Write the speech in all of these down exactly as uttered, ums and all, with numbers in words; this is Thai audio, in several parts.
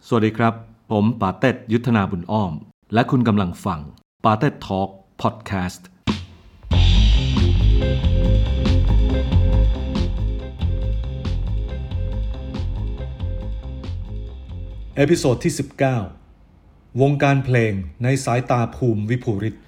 สวัสดีครับผมปาเต็ดยุทธนาบุญอ้อมและคุณกำลังฟังปาเต็ดทอล์กพอดแคสต์เอพิโซดที่สิบเก้าวงการเพลงในสายตาภูมิวิภูริศ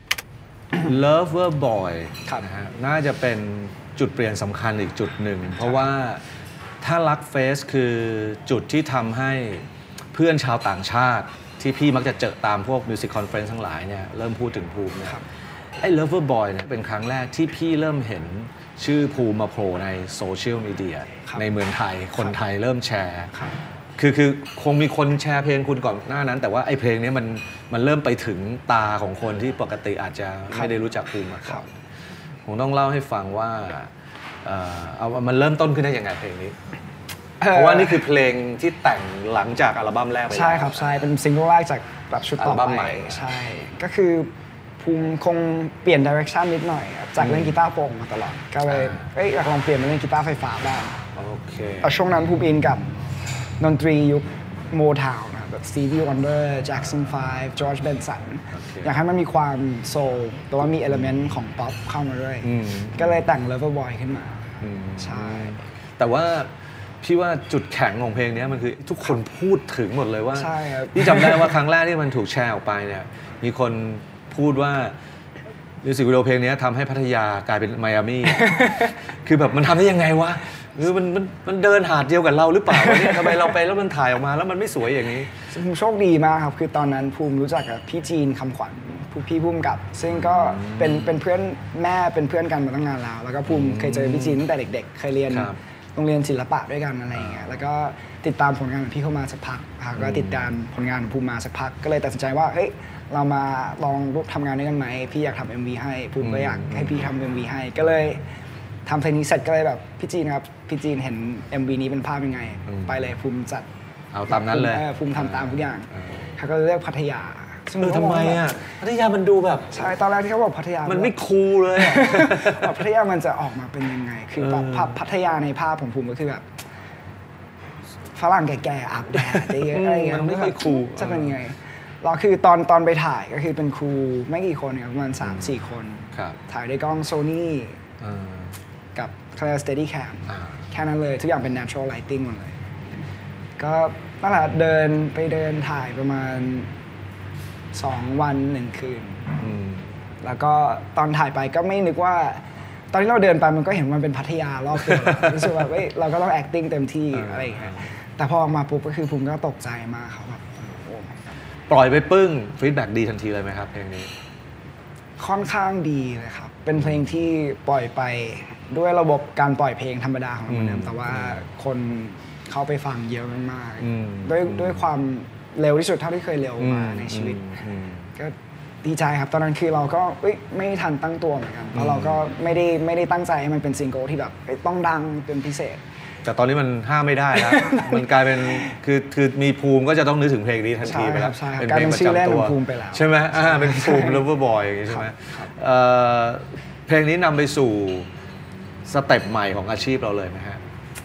Lover Boy นะฮะน่าจะเป็นจุดเปลี่ยนสำคัญอีกจุดหนึ่งเพราะว่าถ้ารักเฟสคือจุดที่ทำให้เพื่อนชาวต่างชาติที่พี่มักจะเจอตามพวกมิวสิคคอนเฟอเรนซ์ทั้งหลายเนี่ยเริ่มพูดถึงภูมิเนี่ยไอ้ Lover Boy เนี่ยเป็นครั้งแรกที่พี่เริ่มเห็นชื่อภูมิมาโผล่ในโซเชียลมีเดียในเมืองไทยคนไทยเริ่มแชร์คือคือคงมีคนแชร์เพลงคุณก่อนหน้านั้นแต่ว่าไอ้เพลงนี้มันมันเริ่มไปถึงตาของคนที่ปกติอาจจะไม่ได้รู้จักภูมิมาก่อนผมต้องเล่าให้ฟังว่าเอ่อเอามันเริ่มต้นขึ้นได้ยังไงเพลงนี้เพราะว่านี่คือเพลงที่แต่งหลังจากอัลบั้มแรกไปใช่ครับใช่เป็นซิงเกิลแรกจากแบบชุดต่อไปใช่ก็คือภูมิคงเปลี่ยนดิเรกชันนิดหน่อยจากเล่นกีตาร์โปร่งมาตลอดก็เลยเอ้ยอยากลองเปลี่ยนมาเล่นกีตาร์ไฟฟ้าบ้างโอเคแต่ช่วงนั้นภูมิอินกับดนตรียุคโมทาวน์นะแบบ Stevie Wonder Jackson ไฟว์ George Benson อยากให้มันมีความโซลแต่ว่ามีเอลิเมนต์ของป๊อปเข้ามาด้วยก็เลยแต่ง Lover Boy ขึ้นมาใช่แต่ว่าพี่ว่าจุดแข็งของเพลงนี้มันคือทุกคนพูดถึงหมดเลยว่าพี่จำได้ว่าครั้งแรกที่มันถูกแชร์ออกไปเนี่ยมีคนพูดว่ามิวสิกวิดีโอเพลงนี้ทำให้พัทยากลายเป็นไมอามี่ คือแบบมันทำได้ยังไงวะหรือมันมันมันเดินหาดเดียวกับเราหรือเปล่าเนี่ยทำไมเราไปแล้วมันถ่ายออกมาแล้วมันไม่สวยอย่างนี้ผมโชคดีมากครับคือตอนนั้นภูมิรู้จักกับพี่จีนคำขวัญพี่ภูมิกับซึ่งก็เป็นเป็นเพื่อนแม่เป็นเพื่อนกันมาตั้งนานแล้วแล้วก็ภูมิเคยเจอพี่จีนตั้งแต่เด็กๆเคยเรียนโรงเรียนศิลปะด้วยกันอะไรอย่างเงี้ยแล้วก็ติดตามผลงานของพี่เข้ามาสักพักก็ติดตามผลงานของภูมิมาสักพักก็เลยตัดสินใจว่าเฮ้ยเรามาลองร่วมทำงานด้วยกันไหมพี่อยากทำ เอ็ม วี ให้ภูมิก็อยากให้พี่ทำ เอ็ม วี ให้ก็เลยทำเพลงนี้เสร็จก็เลยแบบพี่จีนครับพี่จีนเห็น เอ็ม วี นี้เป็นภาพยังไงไปเลยภูมิจัดเอาตามนั้นเลยภูมิทำตามทุกอย่างเขาก็เลือกพัทยาเออทำไมอ่ะพัทยามันดูแบบใช่ตอนแรกที่เขาบอกพัทยามันไม่คูลเลยแบบพัทยามันจะออกมาเป็นยังไงคือแบบพัทยาในภาพของภูมิก็คือแบบฝรั่งแก่ๆอาบแดดอะไรอย่างเงี้ยมันไม่ค่อยคูลจะเป็นยังไงเราคือตอนตอนไปถ่ายก็คือเป็นครูไม่กี่คนครับประมาณ สามสี่ คนถ่ายด้วยกล้องโซนี่กับคาร์ Steadicam แค่นั้นเลยทุกอย่างเป็น natural lighting หมดเลยก็นั่นแหละเดินไปเดินถ่ายประมาณสองวันหนึ่งคืนแล้วก็ตอนถ่ายไปก็ไม่นึกว่าตอนที่เราเดินไปมันก็เห็นมันเป็นพัทยารอบตัวรู้สึกว่าเฮ้ยเราก็ต้อง acting เต็มที่อะไรอย่างเงี้ยแต่พอออกมาปุ๊บก็คือภูมิก็ตกใจมากครับแบบปล่อยไปปึ้งฟีดแบ็กดีทันทีเลยไหมครับเพลงนี้ค่อนข้างดีเลยครับเป็นเพลงที่ปล่อยไปด้วยระบบการปล่อยเพลงธรรมดาของเราเหมือนเดิมแต่ว่าคนเข้าไปฟังเยอะมากๆด้วยด้วยความเร็วที่สุดเท่าที่เคยเร็วมาในชีวิตก็ดีใจครับตอนนั้นคือเราก็ไม่ทันตั้งตัวเหมือนกันเพราะเราก็ไม่ได้ไม่ได้ตั้งใจให้มันเป็นซิงเกิลที่แบบต้องดังเป็นพิเศษแต่ตอนนี้มันห้ามไม่ได้แล้วมันกลายเป็นคือคือมีภูมิก็จะต้องนึกถึงเพลงนี้ทันทีไปแล้วเป็นเพลงประจำตัวใช่ไหมอ่าเป็นภูมิ Lover Boy อย่างนี้ใช่ไหมเพลงนี้นำไปสู่สเต็ปใหม่ของอาชีพเราเลยไหมฮะ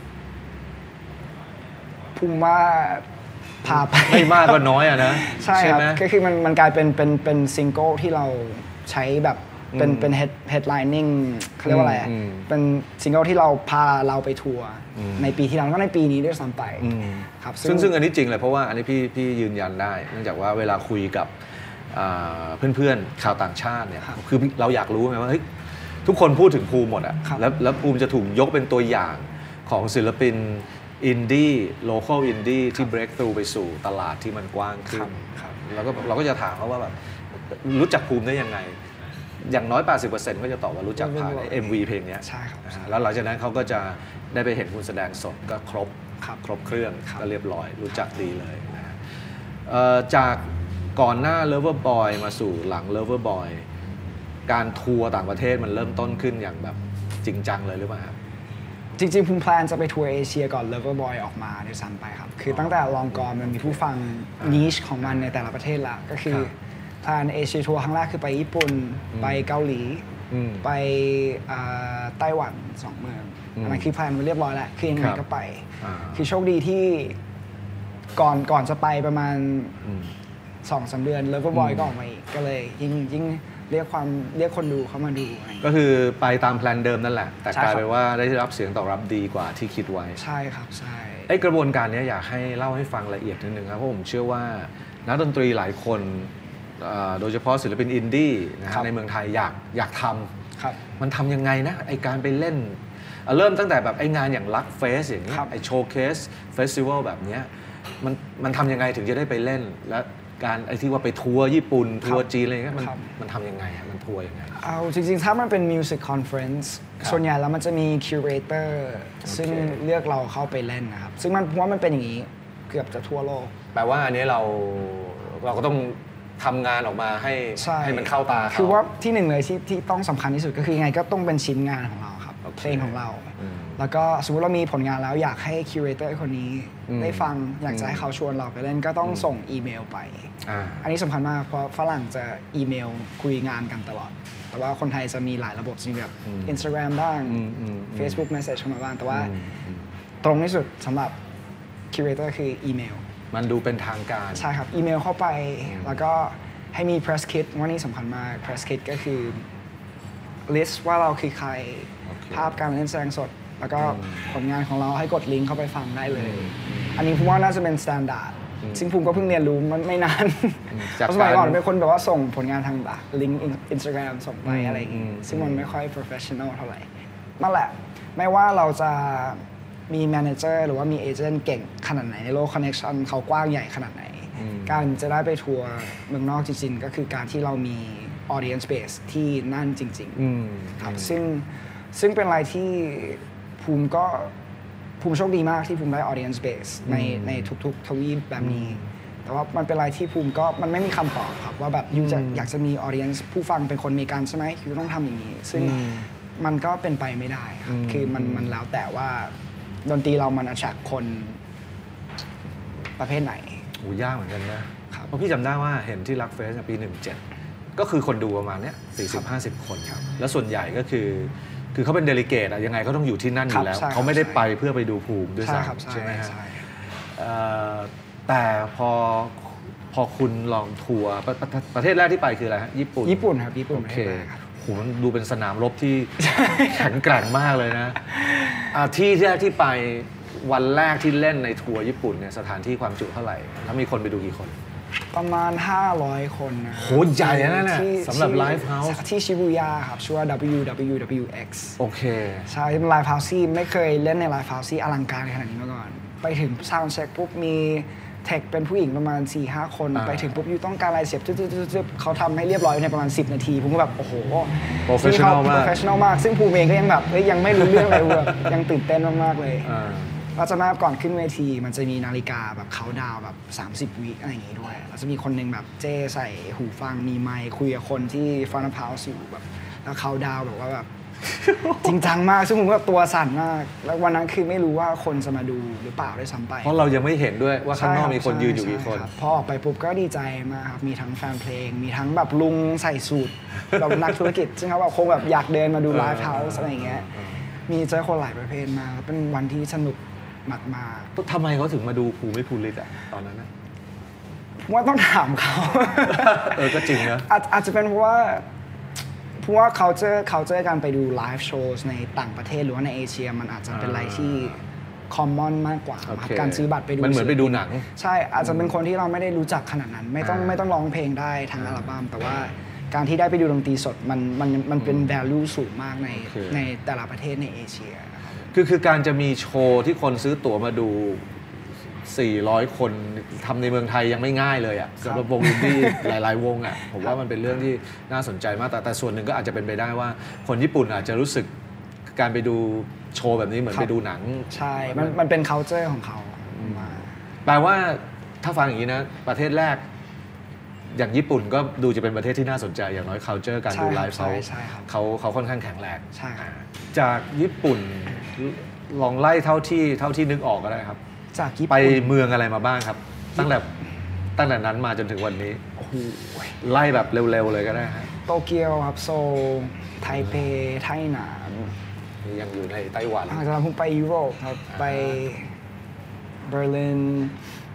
ภูมิว่าพาไปไม่มากก็น้อยอะนะใช่ครับก็คือมันมันกลายเป็นเป็นเป็นซิงเกิลที่เราใช้แบบเป็นเป็น head headlining เขาเรียกว่าอะไรเป็นซิงเกิลที่เราพาเราไปทัวร์ในปีที่แล้วก็ในปีนี้ด้วยซ้ำไปครับซึ่งซึ่งอันนี้จริงเลยเพราะว่าอันนี้พี่พี่ยืนยันได้เนื่องจากว่าเวลาคุยกับเพื่อนๆชาวต่างชาติเนี่ยคือเราอยากรู้ไงว่าเฮ้ยทุกคนพูดถึงภูมิหมดอะแล้วแล้วภูมิจะถูกยกเป็นตัวอย่างของศิลปินอินดี้โลคอลอินดี้ที่ break through ไปสู่ตลาดที่มันกว้างขึ้นแล้วก็เราก็จะถามเขาว่าแบบรู้จักภูมิได้ยังไงอย่างน้อย แปดสิบเปอร์เซ็นต์ ก็จะตอบว่ารู้จักผ่าน เอ็ม วี เพลงนี้ใช่ครับแล้วหลังจากนั้นเขาก็จะได้ไปเห็นคุณแสดงสดก็ครบครบเครื่องก็เรียบร้อยรู้จักดีเลยนะฮะจากก่อนหน้า Lover Boy มาสู่หลัง Lover Boy การทัวร์ต่างประเทศมันเริ่มต้นขึ้นอย่างแบบจริงจังเลยหรือเปล่าครับจริงๆภูมิแพลนจะไปทัวร์เอเชียก่อน Lover Boy ออกมาด้วยซ้ำไปครับคือตั้งแต่ลองกอนมันมีผู้ฟัง niche ของมันในแต่ละประเทศละก็คือแพลนเอเชียทัวร์ครั้งแรกคือไปญี่ปุ่นไปเกาหลีไปไต้หวันสองเมืองอันนั้นคือแพลนมันเรียบร้อยแล้วคือยังไงก็ไปคือโชคดีที่ก่อนก่อนจะไปประมาณสองสามเดือน Loverboy ก็ออกมาอีกก็เลยยิ่งยิ่งเรียกความเรียกคนดูเข้ามาดูก็คือไปตามแพลนเดิมนั่นแหละแต่กลายเป็นว่าได้รับเสียงตอบรับดีกว่าที่คิดไว้ใช่ครับใช่ไอ้กระบวนการนี้อยากให้เล่าให้ฟังละเอียดนิดนึงครับเพราะผมเชื่อว่านักดนตรีหลายคนโดยเฉพาะศิลปินอินดี้นะในเมืองไทยอยากอยากทำมันทำยังไงนะไอ้การไปเล่นเริ่มตั้งแต่แบบไอ้งานอย่างลักเฟสอย่างนี้ไอ้โชว์เคสเฟสติวัลแบบนี้มันมันทำยังไงถึงจะได้ไปเล่นและการไอ้ที่ว่าไปทัวร์ญี่ปุ่นทัวร์จีนอะไรเงี้ยมันมันทำยังไงมันทัวร์ยังไงเอาจริงๆถ้ามันเป็นมิวสิกคอนเฟอเรนซ์ส่วนใหญ่แล้วมันจะมีคิวเรเตอร์ซึ่งเลือกเราเข้าไปเล่นนะครับซึ่งมันเพราะว่ามันเป็นอย่างนี้เกือบจะทั่วโลกแปลว่าอันนี้เราเราก็ต้องทำงานออกมาให้ให้มันเข้าตาเขาคือว่าที่หนึ่งเลยที่ที่ต้องสำคัญที่สุดก็คือยังไงก็ต้องเป็นชิ้นงานของเราครับเพลงของเราแล้วก็สมมติเรามีผลงานแล้วอยากให้คิวเรเตอร์คนนี้ได้ฟังอยากจะให้เขาชวนเราไปเล่นก็ต้องส่งอีเมลไปอันนี้สำคัญมากเพราะฝรั่งจะอีเมลคุยงานกันตลอดแต่ว่าคนไทยจะมีหลายระบบจริงแบบ Instagram บ้าง Facebook Message เข้ามาบ้างแต่ว่าตรงที่สุดสำหรับคิวเรเตอร์คืออีเมลมันดูเป็นทางการใช่ครับอีเมลเข้าไปแล้วก็ให้มี press kit ว่านี่สำคัญมาก press kit ก็คือ list ว่าเราคือใครภาพการเล่นแสดงสดแล้วก็ผลงานของเราให้กดลิงก์เข้าไปฟังได้เลยอันนี้ผมว่าน่าจะเป็น standard ซึ่งผมก็เพิ่งเรียนรู้มันไม่นานเพราะสมัยก่อนเป็นคนแบบว่าส่งผลงานทางลิงก์ Instagram ส่งไปอะไรอย่างงี้ซึ่งมันไม่ค่อย professional เท่าไหร่นั่นแหละไม่ว่าเราจะมีแมเนเจอร์หรือว่ามีเอเจนต์เก่งขนาดไหนในโลกคอนเนคชั่นเขากว้างใหญ่ขนาดไหนการจะได้ไปทัวร์เมืองนอกจริงๆก็คือการที่เรามี audience base ที่นั่นจริงๆครับซึ่งซึ่งเป็นอะไรที่ภูมิก็ภูมิโชคดีมากที่ภูมิได้ audience base ในในทุกๆทวีปแบบนี้แต่ว่ามันเป็นอะไรที่ภูมิก็มันไม่มีคำตอบครับว่าแบบยูจะอยากจะมี audience ผู้ฟังเป็นคนอเมริกันใช่ไหมยูต้องทำอย่างนี้ซึ่งมันก็เป็นไปไม่ได้ครับคือมันมันแล้วแต่ว่าดนตรีเรามัน attract คนประเภทไหนโอ้ยากเหมือนกันนะเพราะพี่จำได้ว่าเห็นที่รักเฟสปีหนึ่งเจ็ดก็คือคนดูประมาณเนี้ยสี่สิบ ห้าสิบคนครับแล้วส่วนใหญ่ก็คือคือเขาเป็นเดลิเกตอะยังไงเขาต้องอยู่ที่นั่นอยู่แล้วเขาไม่ได้ไปเพื่อไปดูภูมิด้วยซ้ำใช่ไหมฮะแต่พอพอคุณลองทัวร์ประเทศแรกที่ไปคืออะไรฮะญี่ปุ่นญี่ปุ่นครับญี่ปุ่นโอเคโหมันดูเป็นสนามรบที่แข็งแกร่งมากเลยนะที่แรกที่ไปวันแรกที่เล่นในทัวร์ญี่ปุ่นเนี่ยสถานที่ความจุเท่าไหร่แล้วมีคนไปดูกี่คนประมาณห้าร้อยคนนะโหใหญ่นะเนี่ยสำหรับไลฟ์เฮาส์ที่ชิบูย่าครับชื่อว่า ดับเบิลยู ดับเบิลยู ดับเบิลยู เอ็กซ์โอเคใช่เป็นไลฟ์เฮาส์ที่ไม่เคยเล่นในไลฟ์เฮาส์ที่อลังการขนาดนี้มาก่อนไปถึงซาวด์เช็คปุ๊บมีเทคเป็นผู้หญิงประมาณ สี่ห้า คนไปถึงปุ๊บยูต้องการอะไรเสียบจึ๊บๆๆเขาทำให้เรียบร้อยในประมาณสิบนาทีผมก็แบบโอ้โหโปรเฟชชั่นอลมากโปรเฟชชั่นอลมากซึ่งภูมิเองก็ยังแบบยังไม่รู้เรื่องอะไรแบบยังตื่นเต้นมากๆเลยเราจะมาก่อนขึ้นเวทีมันจะมีนาฬิกาแบบเขาดาวแบบสามสิบวิอะไรอย่างงี้ด้วยแล้วจะมีคนนึงแบบเจ้ใส่หูฟังมีไมค์คุยกับคนที่ฟอนต์เฮาส์อยู่แบบแล้วเขาดาวแบบว่าแบบจริงจังมากซึ่งผมก็ตัวสั่นมากแล้ววันนั้นคือไม่รู้ว่าคนจะมาดูหรือเปล่าด้วยซ้ำไปเพราะเรายังไม่เห็นด้วยว่าข้างนอกมีคนยืนอยู่กี่คนพอออกไปปุ๊บก็ดีใจมากครับมีทั้งแฟนเพลงมีทั้งแบบลุงใส่สูทแบบนักธุรกิจซึ่งเขาแบบคงแบบอยากเดินมาดูไลฟ์เฮาส์อะไรอย่างเงี้ยมีเจอคนหลายประเภทมาเป็นวันที่สนุกมากมาทำไมเขาถึงมาดูภูมิภูริศอ่ะตอนนั้นนะว่าต้องถามเขาเออก็จริงนะอาจจะเป็นเพราะว่าเพราะว่าเขาเจอเขาเจอการไปดูไลฟ์โชว์ในต่างประเทศหรือว่าในเอเชียมันอาจจะเป็นอะไรที่คอมมอนมากกว่าการซื้อบัตรไปดูมันเหมือนไปดูหนังใช่อาจจะเป็นคนที่เราไม่ได้รู้จักขนาดนั้นไม่ต้องไม่ต้องร้องเพลงได้ทางอัลบั้มแต่ว่าการที่ได้ไปดูดนตรีสดมันมันมันเป็น value สูงมากในในแต่ละประเทศในเอเชียคือคือการจะมีโชว์ที่คนซื้อตั๋วมาดูสี่ร้อยคนทำในเมืองไทยยังไม่ง่ายเลยอ่ะสำหรับวงอินดี้หลายๆวงอ่ะผมว่ามันเป็นเรื่องที่น่าสนใจมากแต่แต่ส่วนหนึ่งก็อาจจะเป็นไปได้ว่าคนญี่ปุ่นอาจจะรู้สึกการไปดูโชว์แบบนี้เหมือนไปดูหนังใช่มันมันเป็น culture ของเขาแปลว่าถ้าฟังอย่างนี้นะประเทศแรกอย่างญี่ปุ่นก็ดูจะเป็นประเทศที่น่าสนใจอย่างน้อย culture การดูไลฟ์เขาเขาเขาค่อนข้างแข็งแรงใช่จากญี่ปุ่นลองไล่เท่าที่เท่าที่นึกออกก็ได้ครับจากญี่ปุ่นไปเมืองอะไรมาบ้างครับตั้งแต่ตั้งแต่นั้นมาจนถึงวันนี้ไล่แบบเร็วๆเลยก็ได้ครับโตเกียวครับโซลไทเปไทหนานยังอยู่ในไต้หวันหลังจากนั้นผมไปยุโรปครับไปเบอร์ลิน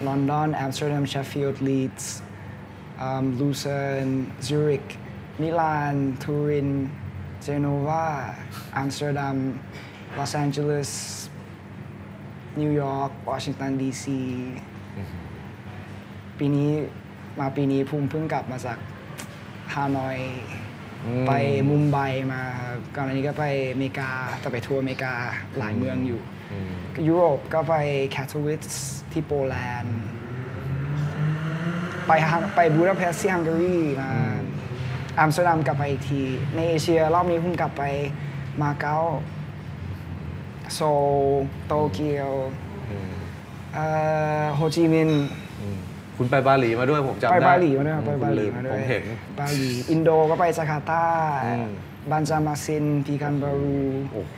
ลอนดอนอัมสเตอร์ดัมเชฟฟิลด์ลีดส์ลูเซิร์นซูริกมิลานทูรินเจโนวาอัมสเตอร์ดัมลอสแอนเจลิสนิวยอร์กวอชิงตันดีซีปีนี้มาปีนี้ภูมิเพิ่งกลับมาจากฮานอยไปมุมไบมาก่อนอันนี้ก็ไปอเมริกาแต่ไปทัวร์อเมริกาหลายเมืองอยู่ยุโรปก็ไปแคทวิตส์ที่โปแลนด์ไปไปบูดาเปสต์ที่ฮังการีมาอัมสเตอร์ดัมกลับไปอีกทีในเอเชียรอบนี้เพิ่งกลับไปมาเก๊าโซลโตเกียวโฮจิมินห์คุณไปบาหลีมาด้วยผมจำได้ไปบาหลีมาด้วยไปบาหลีมาด้วยผมเห็นบาหลีอินโดก็ไปจาการ์ตาบันจามาซินปีกันบารูโอ้โห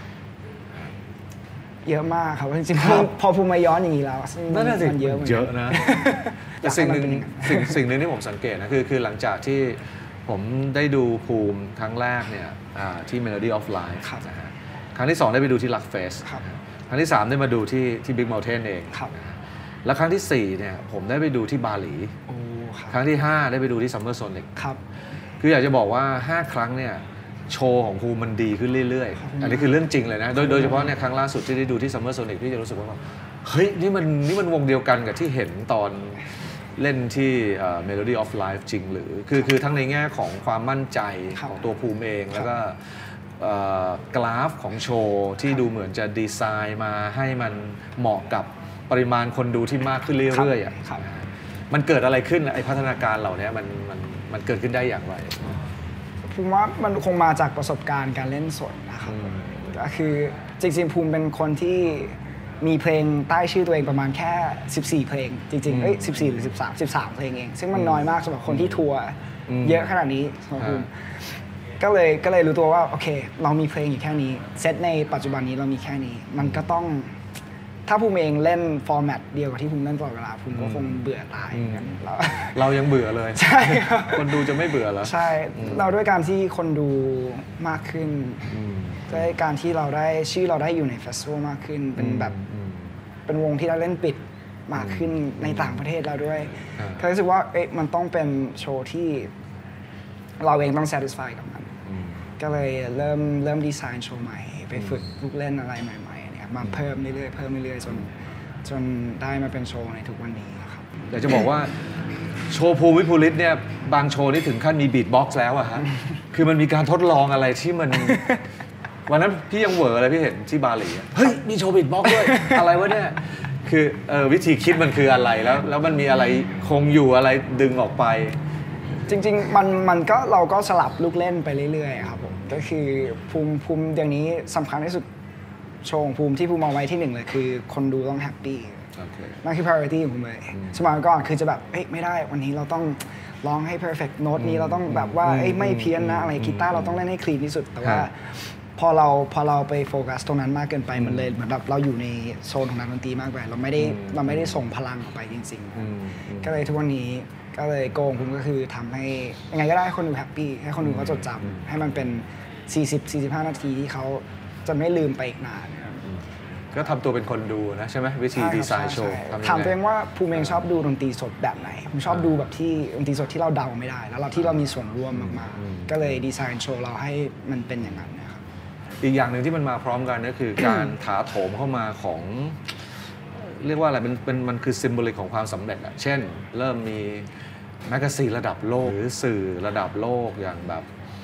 เยอะมากครับจริงๆพอภูมิมาย้อนอย่างนี้แล้วมันเยอะเยอะนะแต่สิ่งหนึ่งสิ่งสิ่งหนึ่งที่ผมสังเกตนะคือคือหลังจากที่ผมได้ดูภูมิครั้งแรกเนี่ยที่ Melody of Life นะฮะครั้งที่สองได้ไปดูที่ Luck Fest ครั้งที่สามได้มาดูที่ที่ Big Mountain เองแล้วครั้งที่สี่เนี่ยผมได้ไปดูที่บาหลีครั้งที่ห้าได้ไปดูที่ Summer Sonic ครับคืออยากจะบอกว่าห้าครั้งเนี่ยโชว์ของภูมิมันดีขึ้นเรื่อยๆอันนี้คือเรื่องจริงเลยนะโดยโดยเฉพาะเนี่ยครั้งล่าสุดที่ได้ดูที่ Summer Sonic ที่จะรู้สึกว่าเฮ้ยนี่มันนี่มันวงเดียวกันกับที่เห็นตอนเล่นที่ Melody of Life จริงหรือคือคือทั้งในแง่ของความมั่นใจของตัวภูมิเองแล้วก็กราฟของโชว์ที่ดูเหมือนจะดีไซน์มาให้มันเหมาะกับปริมาณคนดูที่มากขึ้นเรื่อยๆอ่ะมันเกิดอะไรขึ้นไอ้พัฒนาการเหล่านี้มันมันมันเกิดขึ้นได้อย่างไรภูมิว่ามันคงมาจากประสบการณ์การเล่นสดนะครับก็คือจริงๆภูมิเป็นคนที่มีเพลงใต้ชื่อตัวเองประมาณแค่สิบสี่เพลงจริงๆเอ้ยสิบสี่หรือสิบสาม สิบสามเพลงเองซึ่งมันน้อยมากสำหรับคนที่ทัวร์เยอะขนาดนี้สำหรับภูมิก็เลยก็เลยรู้ตัวว่าโอเคเรามีเพลงอยู่แค่นี้เซตในปัจจุบันนี้เรามีแค่นี้มันก็ต้องถ้าภูมิเองเล่นฟอร์แมตเดียวกับที่ภูมิเล่นตลอดเวลาภูมิก็คงเบื่อตายกันเราเรายังเบื่อเลยใช่คนดูจะไม่เบื่อเหรอใช่เราด้วยการที่คนดูมากขึ้นด้วยการที่เราได้ชื่อเราได้อยู่ในเฟสติวัลมากขึ้นเป็นแบบเป็นวงที่เราเล่นปิดมากขึ้นในต่างประเทศเราด้วยก็รู้สึกว่าเอ๊ะมันต้องเป็นโชว์ที่เราเองต้อง satisfy กับมันก็เลยเริ่มเริ่มดีไซน์โชว์ใหม่ไปฝึกลูกเล่นอะไรใหม่ๆเนี่ยมาเพิ่มเรื่อยๆเพิ่มเรื่อยๆจนจนได้มาเป็นโชว์ในทุกวันนี้ครับอยากจะบอกว่าโชว์ภูมิวิภูริศเนี่ยบางโชว์นี่ถึงขั้นมีบีทบ็อกซ์แล้วอะฮะคือมันมีการทดลองอะไรที่มันวันนั้นพี่ยังเหวออะไรพี่เห็นที่บาหลีเฮ้ยมีโชว์บีทบ็อกซ์ด้วยอะไรวะเนี่ยคือเออวิธีคิดมันคืออะไรแล้วแล้วมันมีอะไรคงอยู่อะไรดึงออกไปจริงๆมันมันก็เราก็สลับลูกเล่นไปเรื่อยๆครับผมก็คือภูมิภูมิอย่างนี้สำคัญที่สุดโชว์ของภูมิที่ภูมิมองไว้ที่หนึ่งเลยคือคนดูต้องแฮปปี้นั่นคือ priority ของภูมิเลยสมัยก่อนคือจะแบบเฮ้ยไม่ได้วันนี้เราต้องร้องให้ perfect note นี้เราต้องแบบว่าไม่เพี้ยนนะอะไรกีตาร์เราต้องเล่นให้คลีนที่สุดแต่ว่าพอเราพอเราไปโฟกัสตรงนั้นมากเกินไปมันเลยเหมือนแบบเราอยู่ในโซนของนักดนตรีมากไปเราไม่ได้เราไม่ได้ส่งพลังออกไปจริงๆก็เลยทุกวันนี้ก็เลยโกงผมก็คือทำให้ยังไงก็ได้คนดูแฮปปี้ให้คนดูเขาจดจำให้มันเป็น สี่สิบ สี่สิบห้า นาทีที่เขาจะไม่ลืมไปอีกนานก็ทำตัวเป็นคนดูนะใช่ไหมวิธีดีไซน์โชว์ถามตัวเองว่าภูมิเองชอบดูดนตรีสดแบบไหนผมชอบดูแบบที่ดนตรีสดที่เราเดาไม่ได้แล้วเราที่เรามีส่วนร่วมมากๆก็เลยดีไซน์โชว์เราให้มันเป็นอย่างนั้นนะครับอีกอย่างหนึ่งที่มันมาพร้อมกันก็คือการถาโถมเข้ามาของเรียกว่าอะไรมันเป็นมันคือซิมโบลิกของความสำเร็จอะเช่นเริ่มมีแมกกาซีนระดับโลกหรือสื่อระดับโลกอย่างแบบ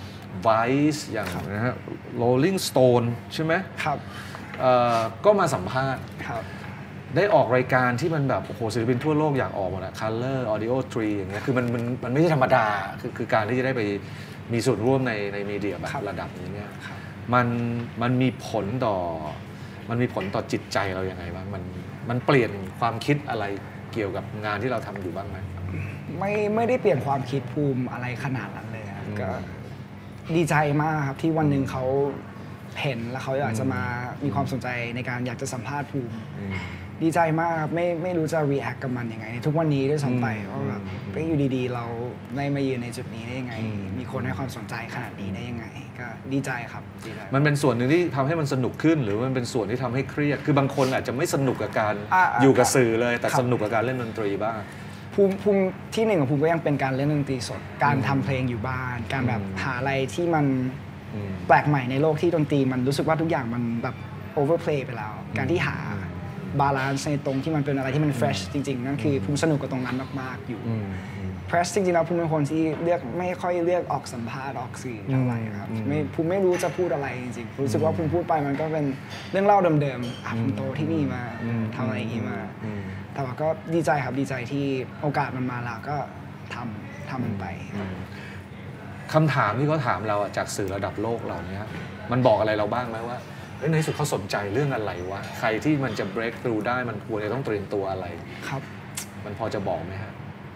Vice อย่างนะฮะ Rolling Stone ใช่ไหมครับก็มาสัมภาษณ์ได้ออกรายการที่มันแบบโอ้โหศิลปินทั่วโลกอยากออกหมดอะ Color Audio ทรีอย่างเงี้ยคือมันมันมันไม่ใช่ธรรมดาคือคือการที่จะได้ไปมีส่วนร่วมในในมีเดียแบบระดับนี้เนี่ยมันมันมีผลต่อมันมีผลต่อจิตใจเราอย่างไรบ้างมันมันเปลี่ยนความคิดอะไรเกี่ยวกับงานที่เราทำอยู่บ้างไหมไม่ไม่ได้เปลี่ยนความคิดภูมิอะไรขนาดนั้นเลยก็ดีใจมากครับที่วันหนึ่งเขาเห็นแล้วเขาอยากจะมามีความสนใจในการอยากจะสัมภาษณ์ภูมิดีใจมากครับไม่ไม่รู้จะ react กับมันยังไงในทุกวันนี้ด้วยซ้ำไปว่าแบบไปอยู่ดีๆเราได้มายืนในจุดนี้ได้ยังไงมีคนให้ความสนใจขนาดนี้ได้ยังไงก็ดีใจครับดีใจมันเป็นส่วนหนึ่งที่ทำให้มันสนุกขึ้นหรือมันเป็นส่วนที่ทำให้เครียดคือบางคนอาจจะไม่สนุกกับการอยู่กับสื่อเลยแต่สนุกกับการเล่นดนตรีบ้างภูมิภูมิที่หนึ่งของภูมิก็ยังเป็นการเล่นดนตรีสดการทำเพลงอยู่บ้านการแบบหาอะไรที่มันแปลกใหม่ในโลกที่ดนตรีมันรู้สึกว่าทุกอย่างมันแบบ overplay ไปแล้วการที่หาบาลานซ์ในตรงที่มันเป็นอะไรที่มัน fresh จริงๆนั่นคือภูมิสนุกกับตรงนั้นมากๆอยู่ fresh จริงๆแล้วภูมิเป็นคนที่เลือกไม่ค่อยเลือกออกสัมภาษณ์ออกสื่อเท่าไหร่ครับไม่ภูมิไม่รู้จะพูดอะไรจริงๆรู้สึกว่าภูมิพูดไปมันก็เป็นเรื่องเล่าเดิมๆอ่ะภูมิโตที่นี่มาทำอะไรอย่างนี้มาแต่ว่าก็ดีใจครับดีใจที่โอกาสมันมาแล้วก็ทำทำมันไปคำถามที่เขาถามเราจากสื่อระดับโลกเหล่านี้มันบอกอะไรเราบ้างไหมว่าในที่สุดเขาสนใจเรื่องอะไรวะใครที่มันจะ break through ได้มันควรจะต้องเตรียมตัวอะไรครับมันพอจะบอกไหมฮะ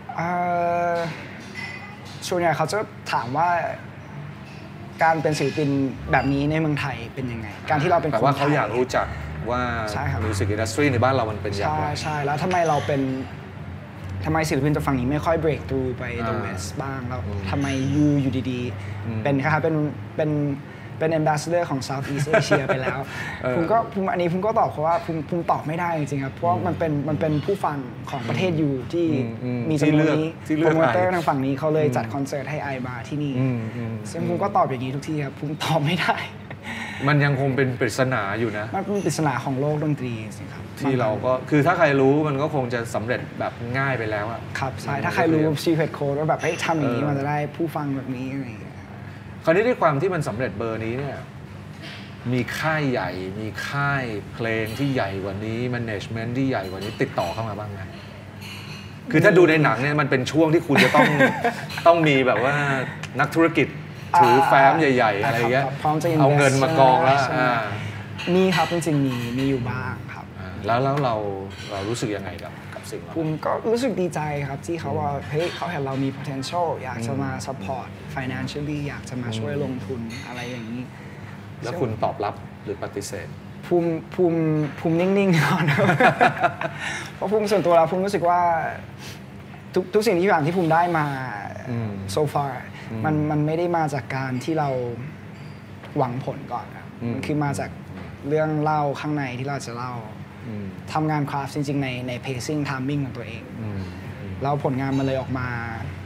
ส่วนใหญ่เขาจะถามว่าการเป็นศิลปินแบบนี้ในเมืองไทยเป็นยังไงการที่เราเป็นคนไทยแต่ว่าเขาอยากรู้จักว่ามิวสิกอินดัสทรีในบ้านเรามันเป็นอย่างไรใช่ใช่แล้วทำไมเราเป็นทำไมศิลปินจากฝั่งนี้ไม่ค่อย break through ไป the west บ้างแล้วทำไมยูอยู่ดีๆเป็นค่ะเป็นเป็นเป็น ambassador ของ Southeast Asia ไปแล้วผมก็ผมอันนี้ผมก็ตอบเพราะว่าผมผมตอบไม่ได้จริงๆครับเพราะมันเป็นมันเป็นผู้ฟังของประเทศอยู่ที่มีจำนวนนี้โปรโมเตอร์ทางฝั่งนี้เขาเลยจัดคอนเสิร์ตให้ไอมาที่นี่ซึ่งผมก็ตอบอย่างนี้ทุกทีครับผมตอบไม่ได้มันยังคงเป็นปริศนาอยู่นะมันเป็นปริศนาของโลกดนตรีสิครับที่เราก็คือถ้าใครรู้มันก็คงจะสำเร็จแบบง่ายไปแล้วอะครับใช่ถ้าใครรู้ secret code ว่าแบบให้ทำอย่างนี้มันจะได้ผู้ฟังแบบนี้อะไรอย่างเงี้ยคราวนี้ด้วยความที่มันสำเร็จเบอร์นี้เนี่ยมีค่ายใหญ่มีค่ายเพลงที่ใหญ่กว่านี้แมネจเมนต์ที่ใหญ่กว่านี้ติดต่อเข้ามาบ้างไหมคือถ้าดูในหนังเนี่ยมันเป็นช่วงที่คุณจะต้องต้องมีแบบว่านักธุรกิจถือแฟ้มใหญ่ๆอะไรเงี้ยเอาเงินมากองแล้วมีครับจริงๆมีมีอยู่บ้างครับแล้วแล้วเราเรารู้สึกยังไงกับกับสิ่งนั้นผมก็รู้สึกดีใจครับที่เขาว่าเฮ้ยเขาเห็นเรามี potential อยากจะมา support financially อยากจะมาช่วยลงทุนอะไรอย่างนี้แล้วคุณตอบรับหรือปฏิเสธภูมิภูมิภูมินิ่งๆก่อนเพราะภูมิส่วนตัวเราภูมิรู้สึกว่าทุกทุกสิ่งที่อย่างที่ภูมิได้มา so far มันมันไม่ได้มาจากการที่เราหวังผลก่อนครับมันคือมาจากเรื่องเล่าข้างในที่เราจะเล่าทำงานคราฟต์จริงๆในใน pacing timing ของตัวเองแล้วผลงานมันเลยออกมา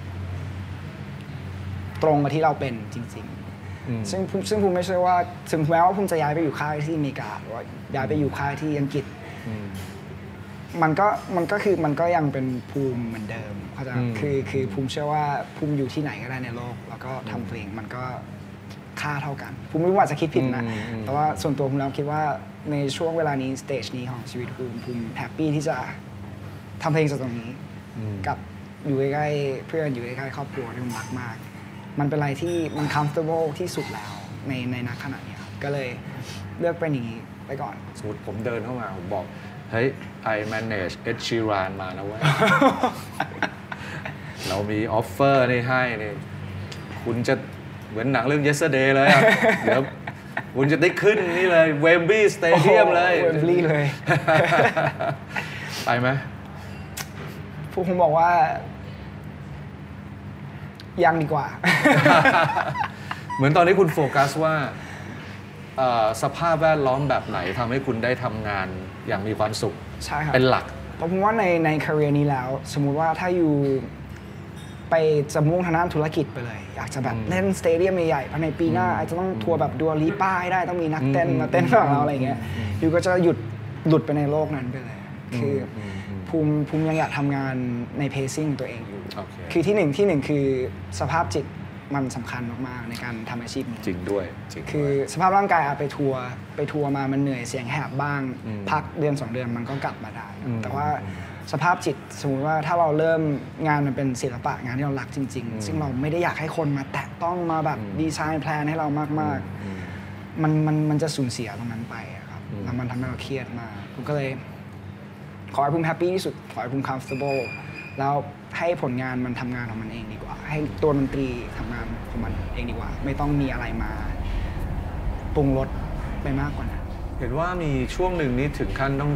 ตรงกับที่เราเป็นจริงๆซึ่งซึ่งภูมิไม่ใช่ว่าถึงแม้ว่าภูมิจะย้ายไปอยู่ค่ายที่อเมริกาหรือว่าย้ายไปอยู่ค่ายที่อังกฤษมันก็มันก็คือมันก็ยังเป็นภูมิเหมือนเดิมเข้าใจคือคือภูมิเชื่อว่าภูมิอยู่ที่ไหนก็ได้ในโลกแล้วก็ทำเพลงมันก็ค่าเท่ากันภูมิไม่ว่าจะคิดผิดนะแต่ว่าส่วนตัวภูมิแล้วคิดว่าในช่วงเวลานี้สเตจนี้ของชีวิตภูมิภูมิแฮปปี้ที่จะทำเพลงจากตรงนี้กับอยู่ใกล้ๆเพื่อนอยู่ใกล้ๆครอบครัวที่ผมรักมากมันเป็นอะไรที่มัน comfortable ที่สุดแล้วในในนักขณะนี้ครับก็เลยเลือกเป็นอย่างนี้ไปก่อนสมมติผมเดินเข้ามาผมบอกเฮ้ย I manage Ed Sheeran มานะเว้ย เรามีออฟเฟอร์นี่ให้นี่คุณจะเหมือนหนังเรื่อง Yesterday เลยอ่ะ เดี๋ยวคุณจะได้ขึ้นนี่เลย Wembley Stadium เลย Wembley เลยไปไหมพวกผมบอกว่ายังดีกว่าเหมือนตอนนี้คุณโฟกัสว่าสภาพแวดล้อมแบบไหนทำให้คุณได้ทำงานอย่างมีความสุขใช่ครับเป็นหลักเพราะผมว่าในใน career นี้แล้วสมมุติว่าถ้าอยู่ไปจะมุ่งทางด้านธุรกิจไปเลยอยากจะแบบเล่นสเตเดียมใหญ่ๆภายในปีหน้าอาจจะต้องทัวร์แบบดัวลีป้าให้ได้ต้องมีนักเต้นมาเต้นฝั่งเราอะไรเงี้ยอยู่ก็จะหยุดหลุดไปในโลกนั้นไปเลยคือภูมิภูมิยังอยากทำงานใน pacing ตัวเองอยู่ okay. คือที่หนึ่งที่หนึ่งคือสภาพจิตมันสำคัญมากๆในการทำอาชีพนี้จริงด้วยคือสภาพร่างกายไปทัวร์ไปทัวร์มามันเหนื่อยเสียงแหบบ้างพักเดือนสองเดือนมันก็กลับมาได้แต่ว่าสภาพจิตสมมติว่าถ้าเราเริ่มงานมันเป็นศิลปะงานที่เรารักจริงๆซึ่งเราไม่ได้อยากให้คนมาแตะต้องมาแบบดีไซน์แพลนให้เรามากๆมันมันมันจะสูญเสียตรงนั้นไปครับแล้วมันทำให้เราเครียดมากผมก็เลยขอให้ภูมิแฮปปี้ที่สุดขอให้ภูมิ comfortable แล้วให้ผลงานมันทำงานของมันเองดีกว่าให้ตัวดนตรีทำงานของมันเองดีกว่าไม่ต้องมีอะไรมาปรุงรสไปมากกว่านั้นเห็นว่ามีช่วงหนึ่งนี้ถึงขั้นต้องหยุด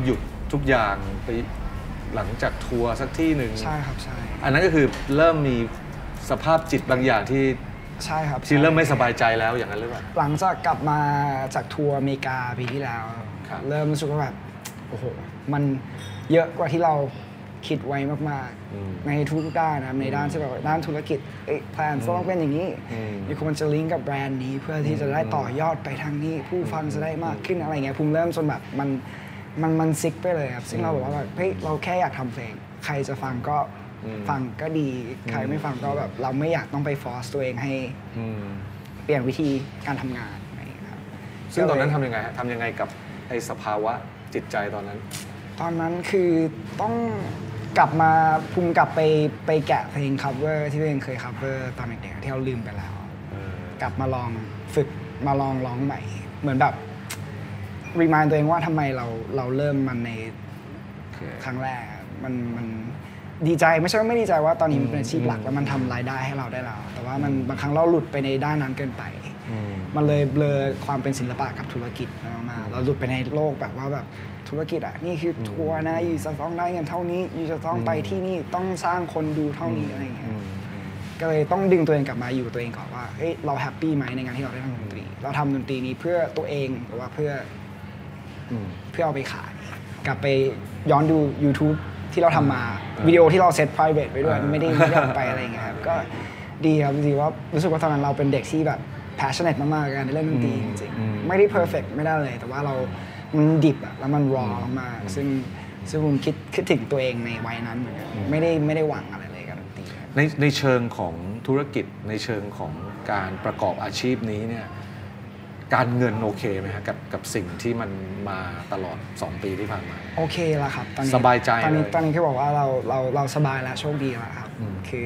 ทุกอย่างไปหลังจากทัวร์สักที่หนึ่งใช่ครับใช่อันนั้นก็คือเริ่มมีสภาพจิตบางอย่างที่ใช่ครับที่เริ่มไม่สบายใจแล้วอย่างนั้นหรือเปล่าหลังจากกลับมาจากทัวร์อเมริกาปีที่แล้วเริ่มรู้สึกว่าแบบโอ้โหมันเยอะกว่าที่เราคิดไว้มากๆในทุกด้านนะในด้านที่แบบด้านธุรกิจแพลนต้องเป็นอย่างนี้มีคนจะลิงก์กับแบรนด์นี้เพื่อที่จะได้ต่อยอดไปทางนี้ผู้ฟังจะได้มากขึ้นอะไรเงี้ยภูมิเริ่มจนแบบมันมันมันซิกไปเลยครับซึ่งเราบอกว่าแบบเฮ้ยเราแค่อยากทำเพลงใครจะฟังก็ฟังก็ดีใครไม่ฟังก็แบบเราไม่อยากต้องไปฟอร์สตัวเองให้เปลี่ยนวิธีการทำงานอะไรครับซึ่งตอนนั้นทำยังไงทำยังไงกับไอ้สภาวะจิตใจตอนนั้นตอนนั้นคือต้องกลับมาภูมิกลับไปไปแกะเพลง cover ที่ตัวเองเคย cover ตอนเด็กๆที่เราลืมไปแล้วกลับมาลองฝึกมาลองร้องใหม่เหมือนแบบรีมายด์ตัวเองว่าทำไมเราเราเริ่มมันในครั้งแรกมันมันดีใจไม่ใช่ว่าไม่ดีใจว่าตอนนี้มันเป็นอาชีพหลักแล้วมันทำรายได้ให้เราได้แล้วแต่ว่ามันบางครั้งเราหลุดไปในด้านนั้นเกินไปมันเลยเบลอความเป็นศิลปะกับธุรกิจมากๆเราหลุดไปในโลกแบบว่าแบบธุรกิจอ่ะนี่คือทัวร์นะอยู่จะต้องได้เงินเท่านี้อยู่จะต้องไปที่นี่ต้องสร้างคนดูเท่านี้อะไรอย่างเงี้ยก็เลยต้องดึงตัวเองกลับมาอยู่ตัวเองก่อนว่าเฮ้ยเราแฮปปี้ไหมในงานที่เราได้ทำดนตรีเราทำดนตรีนี้เพื่อตัวเองหรือว่าเพื่อเพื่อเอาไปขายกลับไปย้อนดู YouTube ที่เราทำมาวิดีโอที่เราเซต private ไว้ด้วยไม่ได้ไม่ได้ไปอะไรอย่างเงี้ยครับก็ดีครับจริงๆว่ารู้สึกว่าตอนนั้นเราเป็นเด็กที่แบบ passionate มากๆกับการเล่นดนตรีจริงๆไม่ได้ perfect ไม่ได้เลยแต่ว่าเรามันดิบอะแล้วมัน raw มากซึ่งซึ่งผมคิดคิดถึงตัวเองในวัยนั้นเหมือนกันไม่ได้ไม่ได้หวังอะไรเลยกับดนตรีในในเชิงของธุรกิจในเชิงของการประกอบอาชีพนี้เนี่ยการเงินโอเคไหมครับกับกับสิ่งที่มันมาตลอดสองปีที่ผ่านมาโอเคแล้วครับตอนนี้สบายใจตอนนี้ตอนนี้คือบอกว่าเราเราเราสบายแล้วโชคดีแล้วครับคือ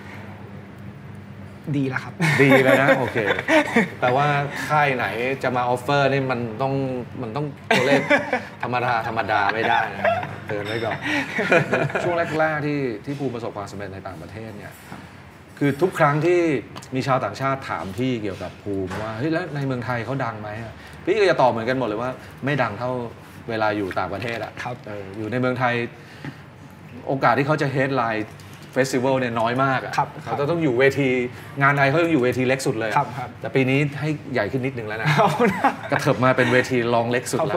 ดีแล้วครับดีแล้วนะโอเคแต่ว่าค่ายไหนจะมาออฟเฟอร์นี่มันต้องมันต้องตัวเลขธรรมดาธรรมดาไม่ได้นะเตือนไว้ก่อนช่วงแรกๆที่ที่ภูมิประสบความสำเร็จในต่างประเทศเนี่ยคือทุกครั้งที่มีชาวต่างชาติถามพี่เกี่ยวกับภูมิว่าเฮ้ยแล้วในเมืองไทยเขาดังไหมพี่ก็จะตอบเหมือนกันหมดเลยว่าไม่ดังเท่าเวลาอยู่ต่างประเทศอ่ะอยู่ในเมืองไทยโอกาสที่เขาจะเฮดไลน์เฟสติวัลเนี่ยน้อยมากอ่ะเขาจะต้องอยู่เวทีงานไทยเขาต้องอยู่เวทีเล็กสุดเลยแต่ปีนี้ให้ใหญ่ขึ้นนิดนึงแล้วนะกระเถิบมาเป็นเวทีรองเล็กสุดแล้ว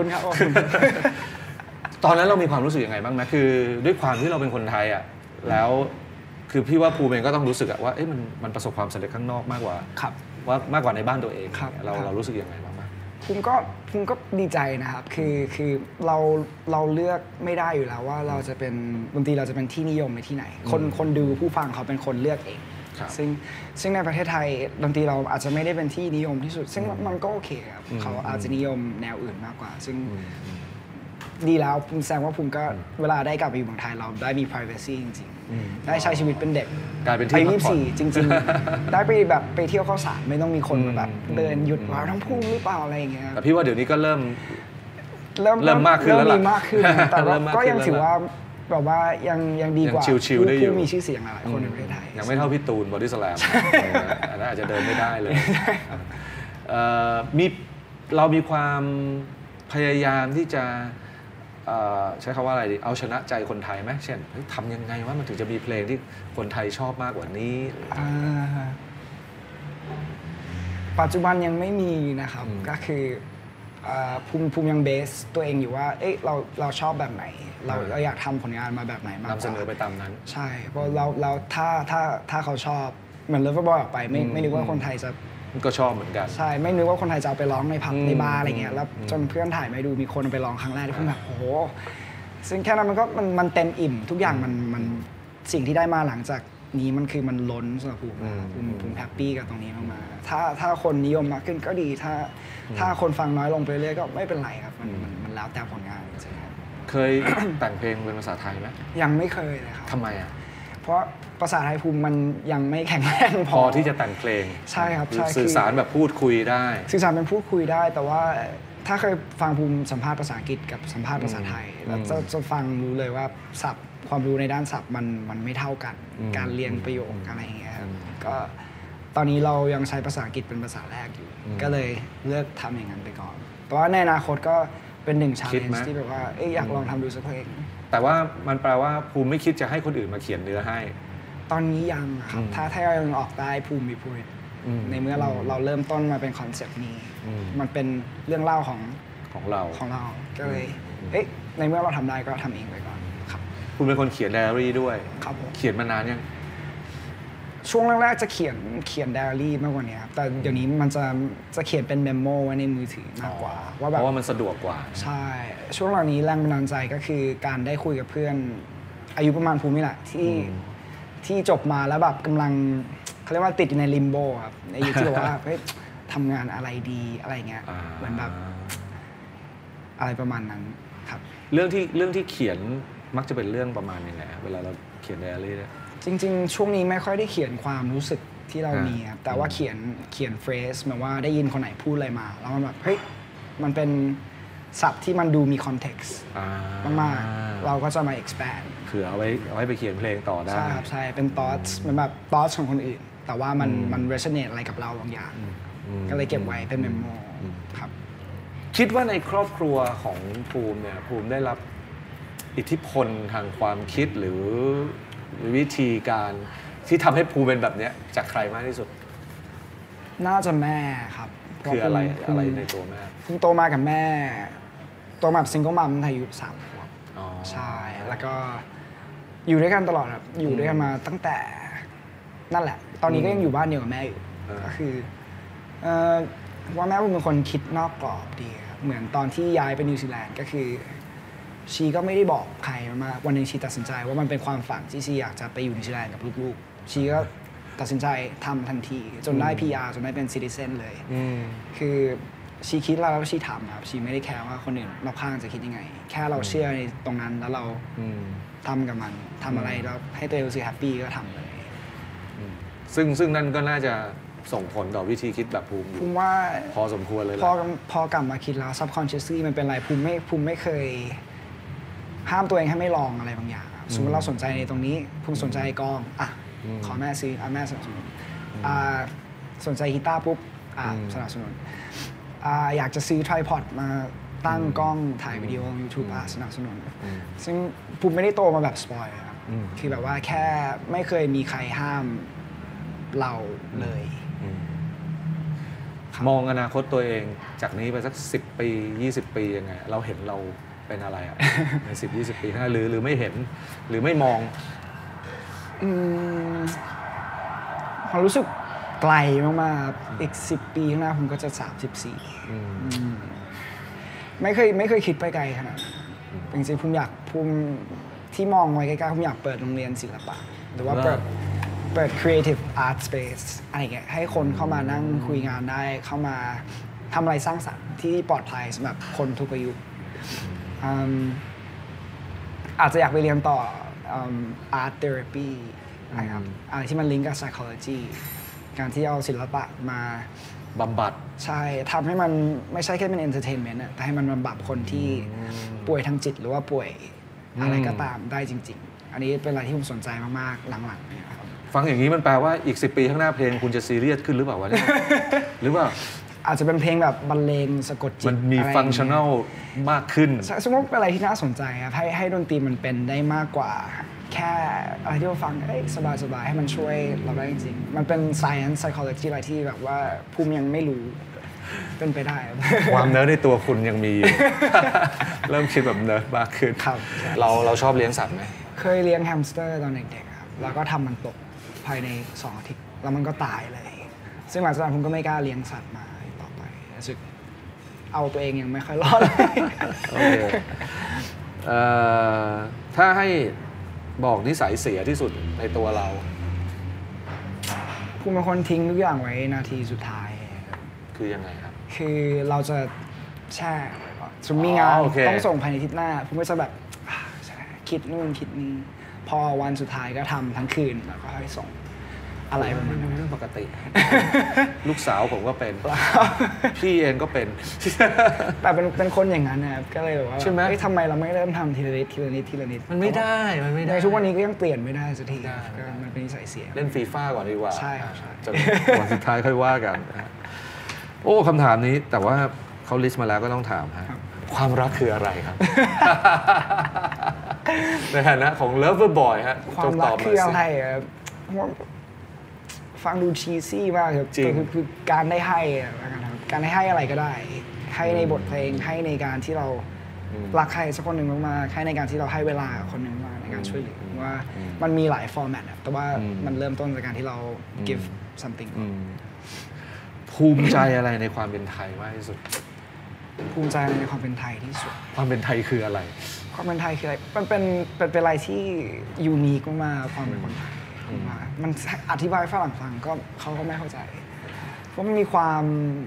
ตอนนั้นเรามีความรู้สึกยังไงบ้างนะคือด้วยความที่เราเป็นคนไทยอ่ะแล้วคือพี่ว่าภูมิเองก็ต้องรู้สึกว่าเอ๊ะมันมันประสบความสำเร็จข้างนอกมากกว่าว่ามากกว่าในบ้านตัวเองเราเรารู้สึกยังไงบ้างภูมิก็ภูมิก็ดีใจนะครับคือคือเราเราเลือกไม่ได้อยู่แล้วว่าเราจะเป็นดนตรีเราจะเป็นที่นิยมในที่ไหนคนคนดูผู้ฟังเขาเป็นคนเลือกเองซึ่งซึ่งในประเทศไทยดนตรีเราอาจจะไม่ได้เป็นที่นิยมที่สุดซึ่งมันก็โอเคครับเขาอาจจะนิยมแนวอื่นมากกว่าซึ่งดีแล้วภูมิแสดงว่าภูมิก็เวลาได้กลับไปอยู่เมืองไทยเราได้มี privacy จริงๆได้ใช้ชีวิตเป็นเด็กกลายเป็นที่พักผ่อนจริงๆได้ไปแบบไปเที่ยวข้าวสารไม่ต้องมีคนแบบเดินหยุดว่าทั้งภูมิหรือเปล่าอะไรอย่างเงี้ยแต่พี่ว่าเดี๋ยวนี้ก็เริ่มเริ่มเริ่มมากขึ้นแล้วล่ะเริ่มมีมากขึ้นแต่ก็ยังถือว่าแบบว่ายังยังดีกว่าผู้มีชื่อเสียงหลายคนในประเทศไทยยังไม่เท่าพี่ตูนบอดี้สแลมอันนั้นอาจจะเดินไม่ได้เลยมีเรามีความพยายามที่จะใช้คำว่าอะไรดีเอาชนะใจคนไทยไหมเช่นทำยังไงว่ามันถึงจะมีเพลงที่คนไทยชอบมากกว่านี้ปัจจุบันยังไม่มีนะครับก็คือภูมิภูมิยังเบสตัวเองอยู่ว่าเอ๊ะเราเราชอบแบบไหนเราเราอยากทำผลงานมาแบบไหนมากกว่านำเสนอไปตามนั้นใช่เพราะเราเราถ้าถ้าถ้าเขาชอบเหมือน Loverboy ออกไปไม่ไม่นึกว่าคนไทยจะก็ชอบเหมือนกันใช่ไม่นึกว่าคนไทยจะเอาไปร้องในผับในบาร์อะไรเงี้ยแล้วจนเพื่อนถ่ายมาดูมีคนไปร้องครั้งแรกที่ผมแบบโอ้โหซึ่งแค่นั้นมันก็มันมันเต็มอิ่มทุกอย่างมันมันสิ่งที่ได้มาหลังจากนี้มันคือมันล้นสำหรับผมผมผมแฮปปี้กับตรงนี้มากๆถ้าถ้าคนนิยมมากขึ้นก็ดีถ้าถ้าคนฟังน้อยลงไปเรื่อยก็ไม่เป็นไรครับมันมันแล้วแต่ผลงานจริงๆเคยแต่งเพลงเป็นภาษาไทยไหมยังไม่เคยเลยครับทำไมอ่ะเพราะภาษาไทยภูมิมันยังไม่แข็งแรงพอที่จะแต่งเพลงใช่ครับใช่สื่อสารแบบพูดคุยได้สื่อสารเป็นพูดคุยได้แต่ว่าถ้าเคยฟังภูมิสัมภาษณ์ภาษาอังกฤษกับสัมภาษณ์ภาษาไทยแล้วจะจะฟังรู้เลยว่าศัพท์ความรู้ในด้านศัพท์มันมันไม่เท่ากันการเรียนประโยคอะไรอย่างเงี้ยก็ตอนนี้เรายังใช้ภาษาอังกฤษเป็นภาษาแรกอยู่ก็เลยเลือกทำอย่างนั้นไปก่อนแต่ว่าในอนาคตก็เป็นหนึ่งคิดไหม challenge ที่แบบว่าเอ้ยอยากลองทำดูสักเพลงแต่ว่ามันแปลว่าภูมิไม่คิดจะให้คนอื่นมาเขียนเนื้อให้ตอนนี้ยังครับถ้าถ้าเรายังออกได้ภูมิมีพูดในเมื่อเราเราเริ่มต้นมาเป็นคอนเซปต์นี้มันเป็นเรื่องเล่าของของเราของเราก็เลยเอ๊ะในเมื่อเราทำได้ก็ทำเองไปก่อนครับคุณเป็นคนเขียนไดอารี่ด้วยครับผมเขียนมานานยังช่วงแรกๆจะเขียนเขียนไดอารี่มากกว่านี้ครับแต่เดี๋ยวนี้มันจะจะเขียนเป็นเมมโมไว้ในมือถือมากกว่าว่าแบบเพราะว่ามันสะดวกกว่าใช่ช่วงหลังนี้แรงบันดาลใจก็คือการได้คุยกับเพื่อนอายุประมาณภูมินี่แหละที่ที่จบมาแล้วแบบกำลังเขาเรียกว่าติดอยู่ในลิมโบครับในยุคที่แบบว่าเฮ้ยทำงานอะไรดีอะไรเงี้ยเหมือนแบบอะไรประมาณนั้นครับเรื่องที่เรื่องที่เขียนมักจะเป็นเรื่องประมาณยังไงเวลาเราเขียนไดอารี่เนี่ยจริงๆช่วงนี้ไม่ค่อยได้เขียนความรู้สึกที่เรามีครับแต่ว่าเขียนเขียนเฟรสหมายว่าได้ยินคนไหนพูดอะไรมาแล้วมันแบบเฮ้ยมันเป็นศัพท์ที่มันดูมีคอนเท็กซ์มากๆเราก็จะมา expand เผื่อเอาไว้เอาไว้ไปเขียนเพลงต่อได้ใช่ครับใช่เป็น thoughts เหมือนแบบ thoughts ของคนอื่นแต่ว่ามันมัน resonate อะไรกับเราบางอย่างก็เลยเก็บไว้เป็นเมมโมครับคิดว่าในครอบครัวของภูมิเนี่ยภูมิได้รับอิทธิพลทางความคิดหรือวิธีการที่ทำให้ภูมิเป็นแบบนี้จากใครมากที่สุดน่าจะแม่ครับคืออะไรอะไรในตัวแม่ภูมิโตมากับแม่โตมาซิงเกิลมัมอายุสามขวบใช่แล้วก็อยู่ด้วยกันตลอดครับอยู่ด้วยกันมาตั้งแต่นั่นแหละตอนนี้ก็ยังอยู่บ้านเดียวกับแม่อยู่ก็คือว่าแม่เป็นคนคิดนอกกรอบดีครับเหมือนตอนที่ย้ายไปนิวซีแลนด์ก็คือชีก็ไม่ได้บอกใครมาวันนึงชีตัดสินใจว่ามันเป็นความฝันที่ชีอยากจะไปอยู่นิวซีแลนด์กับลูกๆชีก็ตัดสินใจทำทันทีจนได้ พี อาร์ จนได้เป็นซิติเซนเลยคือชีคิดแล้วชีทำครับชีไม่ได้แคร์ว่าคนอื่นรอบข้างจะคิดยังไงแค่เราเชื่อในตรงนั้นแล้วเราทำกับมันทำอะไรแล้วให้ตัวเองรู้สึกแฮปปี้ก็ทำเลยซึ่งซึ่งนั่นก็น่าจะส่งผลต่อวิธีคิดแบบภูมิภูมิว่าพอสมควรเลยพอพอกลับมาคิดแล้ว subconsciously มันเป็นอะไรภูมิไม่ภูมิไม่เคยห้ามตัวเองให้ไม่ลองอะไรบางอย่างสมมติเราสนใจในตรงนี้ภูมิสนใจกลองอ่ะขอแม่ซื้ออ่ะแม่สนับสนุนอ่าสนใจกีตาร์ปุ๊บอ่ะสนับสนุนอ่าอยากจะซื้อไทรพอดมาตั้งกล้องถ่ายวิดีโอ YouTube อ่ะสนับสนุนซึ่งภูมิไม่ได้โตมาแบบสปอยล์ครับคือแบบว่าแค่ไม่เคยมีใครห้ามเราเลยมองอนาคตตัวเองจากนี้ไปสักสิบปียี่สิบปียังไงเราเห็นเราเป็นอะไรอ่ะในสิบยี่สิบปีข้างหน้าหรือหรือไม่เห็นหรือไม่มองความรู้สึกไกลมากๆอีกสิบปีข้างหน้าผมก็จะสามสิบสี่ไม่เคยไม่เคยคิดไปไกลขนาดนั้นจริงๆผมอยากผมที่มองไว้ใกล้ๆผมอยากเปิดโรงเรียนศิลปะหรือว่าเปิดเปิด creative art space อะไรเงี้ยให้คนเข้ามานั่งคุยงานได้เข้ามาทำอะไรสร้างสรรค์ที่ปลอดภัยสำหรับคนทุกอายุอาจจะอยากไปเรียนต่อ art therapy นะครับอะไรที่มันลิงก์กับ psychology การที่เอาศิลปะมาบำบัดใช่ทำให้มันไม่ใช่แค่เป็น entertainment แต่ให้มันบำบัดคนที่ป่วยทางจิตหรือว่าป่วยอะไรก็ตามได้จริงๆอันนี้เป็นอะไรที่ผมสนใจมากๆหลังๆเนี่ยครับฟังอย่างนี้มันแปลว่าอีกสิบปีข้างหน้าเพลงคุณจะซีเรียสขึ้นหรือเปล่าวะเนี่ยหรือว่าอาจจะเป็นเพลงแบบบรรเลงสะกดจิตมันมีฟังก์ชันแนลมากขึ้นสมมติเป็นอะไรที่น่าสนใจครับให้ให้ดนตรีมันเป็นได้มากกว่าแค่อะไรที่เราฟังได้สบายๆให้มันช่วยเราได้จริงๆมันเป็น science psychology อะไรที่แบบว่าภูมิยังไม่รู้เป็นไปได้ความเนิร์ดในตัวคุณยังมีอยู่เริ่มคิดแบบเนิร์ดมากขึ้นเราเราชอบเลี้ยงสัตว์ไหมเคยเลี้ยงแฮมสเตอร์ตอนเด็กๆครับแล้วก็ทำมันตกภายในสองอาทิตย์แล้วมันก็ตายเลยซึ่งหลังจากนั้นผมก็ไม่กล้าเลี้ยงสัตว์มาต่อไปรู้สึกเอาตัวเองยังไม่ค่อยรอดโอเคถ้าให้บอกนิสัยเสียที่สุดในตัวเราภูมิเป็นคนทิ้งทุกอย่างไว้นาทีสุดท้ายคือยังไงครับคือเราจะแช่สมมติมีงานต้องส่งภายในอาทิตย์หน้าภูมิก็จะแบบคิดนู่นคิดนี่พอวันสุดท้ายก็ทำทั้งคืนแล้วก็ให้ส่งอะไรประมาณนั้นเรื่องปกติลูกสาวผมก็เป็นพี่เองก็เป็นแต่เป็นเป็นคนอย่างนั้นนะครับก็เลยแบบว่าใช่ไหมทำไมเราไม่เริ่มทำทีละนิดทีละนิดทีละนิดมันไม่ได้มันไม่ได้ในทุกวันนี้ก็ยังเปลี่ยนไม่ได้สักทีมันเป็นนิสัยเสียเล่นฟีฟ่าก่อนดีกว่าใช่ครับจนวันสุดท้ายค่อยว่ากันโอ้คำถามนี้แต่ว่าเขาลิสต์มาแล้วก็ต้องถามฮะความรักคืออะไรครับ ในฐานะของ lover boy ฮะความรักคืออะไรครับฟังดูชีซี่มากครับคือคือการได้ให้นะครับการได้ให้อะไรก็ได้ให้ในบทเพลงให้ในการที่เรารักใครสักคนหนึ่งมากๆให้ในการที่เราให้เวลาคนหนึ่งมาในการช่วยเหลือว่ามันมีหลายฟอร์แมตแต่ว่ามันเริ่มต้นจากการที่เรา give something ภูมิใจอะไรในความเป็นไทยมากที่สุดภูมิใจในความเป็นไทยที่สุดความเป็นไทยคืออะไรความเป็นไทยคืออะไรมันเป็นเป็นเป็นอะไรที่ยูนิคมากความเป็นคนไทยมันอธิบายฝรั่งฟังก็เขาก็ไม่เข้าใจเพราะมันมีความ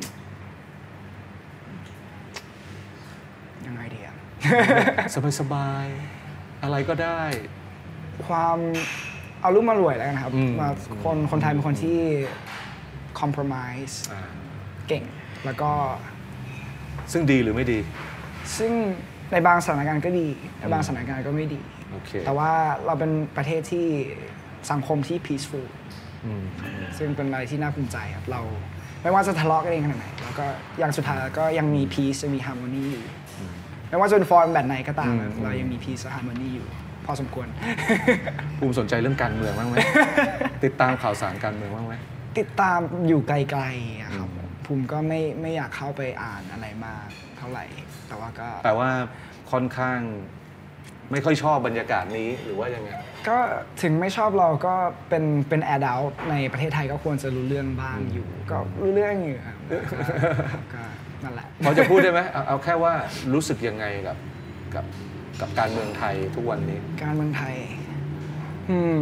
ยังไงดีอะสบายสบายอะไรก็ได้ความเอารุ่มมารวยแล้วกันครับคนคนไทยเป็นคนที่ compromise เก่งแล้วก็ซึ่งดีหรือไม่ดีซึ่งในบางสถานการณ์ก็ดีในบางสถานการณ์ก็ไม่ดี okay. แต่ว่าเราเป็นประเทศที่สังคมที่ peaceful ซึ่งเป็นอะไรที่น่าภูมิใจครับเราไม่ว่าจะทะเลาะกันเองขนาดไหนแล้วก็อย่างสุดท้ายก็ยังมี peace จะมี harmony อยู่ไม่ว่าจะเป็นฟอร์มแบบไหนก็ตามเรายังมี peace และ harmony อยู่พอสมควรภูมิสนใจเรื่องการเมืองบ้างไหม ติดตามข่าวสารการเมืองบ้างไหมติดตามอยู่ไกลๆครับภูมิก็ไม่ไม่อยากเข้าไปอ่านอะไรมากเท่าไหร่แต่ว่าก็แต่ว่าค่อนข้างไม่ค่อยชอบบรรยากาศนี้หรือว่ายังไงก็ถึงไม่ชอบเราก็เป็นเป็นแอดัลต์ในประเทศไทยก็ควรจะรู้เรื่องบ้างอยู่ก็รู้เรื่องอยู่ก็นั่นแหละพอจะพูดได้ไหมเอาเอาแค่ว่ารู้สึกยังไงกับกับกับการเมืองไทยทุกวันนี้การเมืองไทยอืม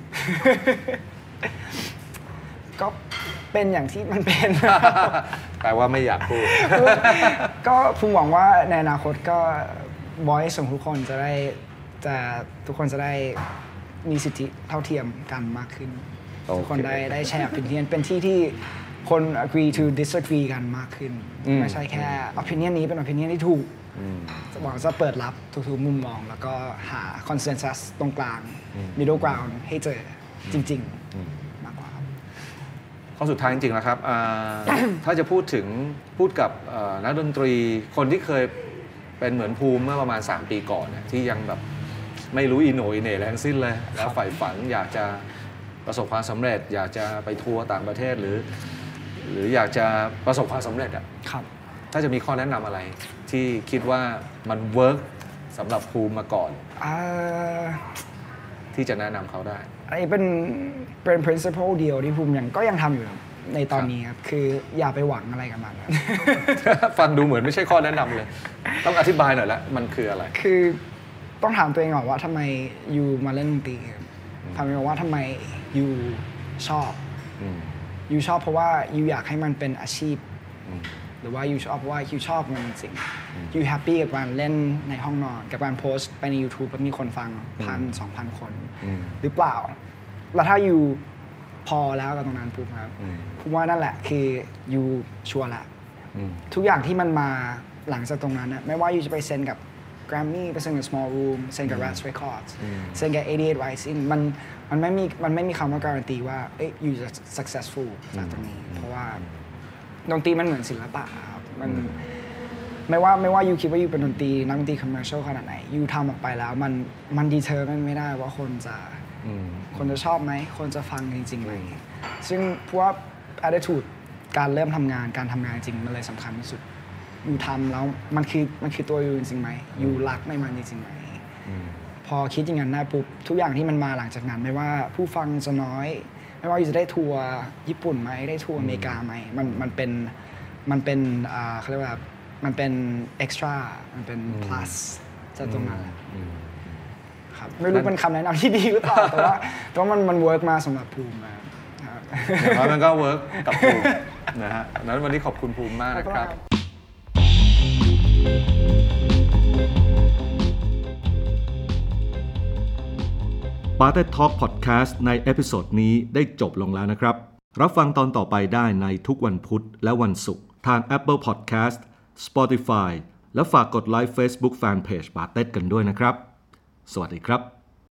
ก็เป็นอย่างที่มันเป็นแปลว่าไม่อยากพูดก็ภูมิหวังว่าในอนาคตก็บอยส่งทุกคนจะได้จะทุกคนจะได้มีสิทธิเท่าเทียมกันมากขึ้น okay. ทุกคนได้ได้แชร์ opinion เป็นที่ที่คน agree to disagree กันมากขึ้นไม่ใช่แค่ opinion นี้เป็น opinion ที่ถูกหวังจะเปิดรับทุกๆมุมมองแล้วก็หา consensus ตรงกลาง middle ground ให้เจอจริงๆมากกว่าข้อสุดท้ายจริงๆแล้วครับ ถ้าจะพูดถึงพูดกับนักดนตรีคนที่เคยเป็นเหมือนภูมิเมื่อประมาณสามปีก่อนที่ยังแบบไม่รู้อีโหนอีเหน่อะไรทั้งสิ้นเลยแล้วใฝ่ฝันอยากจะประสบความสำเร็จอยากจะไปทัวร์ต่างประเทศหรือหรืออยากจะประสบความสำเร็จอ่ะถ้าจะมีข้อแนะนำอะไรที่คิดว่ามันเวิร์กสำหรับภูมิมาก่อนที่จะแนะนำเขาได้อันนี้เป็นเป็น principle เดียวที่ภูมิยังก็ยังทำอยู่ในตอนนี้ครับคืออย่าไปหวังอะไรกับมันฟังดูเหมือนไม่ใช่ข้อแนะนำเลยต้องอธิบายหน่อยละมันคืออะไรคือต้องถามตัวเองก่อนว่าทำไมยูมาเล่นดนตรีถามตัวเองว่าทำไมยูชอบยูชอบเพราะว่ายูอยากให้มันเป็นอาชีพหรือว่ายูชอบเพราะว่ายูชอบมันจริงยูแฮปปี้กับการเล่นในห้องนอนกับการโพสต์ไปใน YouTube แล้วมีคนฟังพันสองพันคนหรือเปล่าแล้วถ้ายูพอแล้วกับตรงนั้นปุ๊บครับผมว่านั่นแหละคือยูชัวร์ละทุกอย่างที่มันมาหลังจากตรงนั้นนะไม่ว่ายูจะไปเซ็นกับ Grammy ไปเซ็นกับ Small Room เซ็นกับ Rats Records เซ็นกับ eighty-eight Rising มันมันไม่มีมันไม่มีคำว่าการันตีว่าเอ้ยยูจะ successful จากตรงนี้เพราะว่าดนตรีมันเหมือนศิลปะครับมันไม่ว่าไม่ว่ายูคิดว่ายูเป็นดนตรีนักดนตรี commercial ขนาดไหนยูทำออกไปแล้วมันมันดีเทอร์มันไม่ได้ว่าคนจะคนจะชอบไหมคนจะฟังจริงๆไหมซึ่งเพราะว่า attitude การเริ่มทำงานการทำงานจริงมันเลยสำคัญที่สุดยูทำแล้วมันคือมันคือตัวยูจริงไหมยูรักในมันจริงไหมพอคิดอย่างนั้นได้ปุ๊บทุกอย่างที่มันมาหลังจากนั้นไม่ว่าผู้ฟังจะน้อยไม่ว่ายูจะได้ทัวร์ญี่ปุ่นไหมได้ทัวร์อเมริกาไหมมันมันเป็นมันเป็นเขาเรียกว่ามันเป็น extra มันเป็น plus จากตรงนั้นครับไม่รู้เป็นคำแนะนำที่ดีหรือเปล่าแต่ว่าแต่ว่ามันมันเวิร์กมาสำหรับภูมินะครับแต่ว่ามันก็เวิร์กกับภูมินะฮะนั้นวันนี้ขอบคุณภูมิมากนะครับ Parted Talk Podcast ในเอพิโซดนี้ได้จบลงแล้วนะครับรับฟังตอนต่อไปได้ในทุกวันพุธและวันศุกร์ทาง Apple Podcast Spotify และฝากกดไลค์ Facebook Fanpage Parted กันด้วยนะครับสวัสดีครับ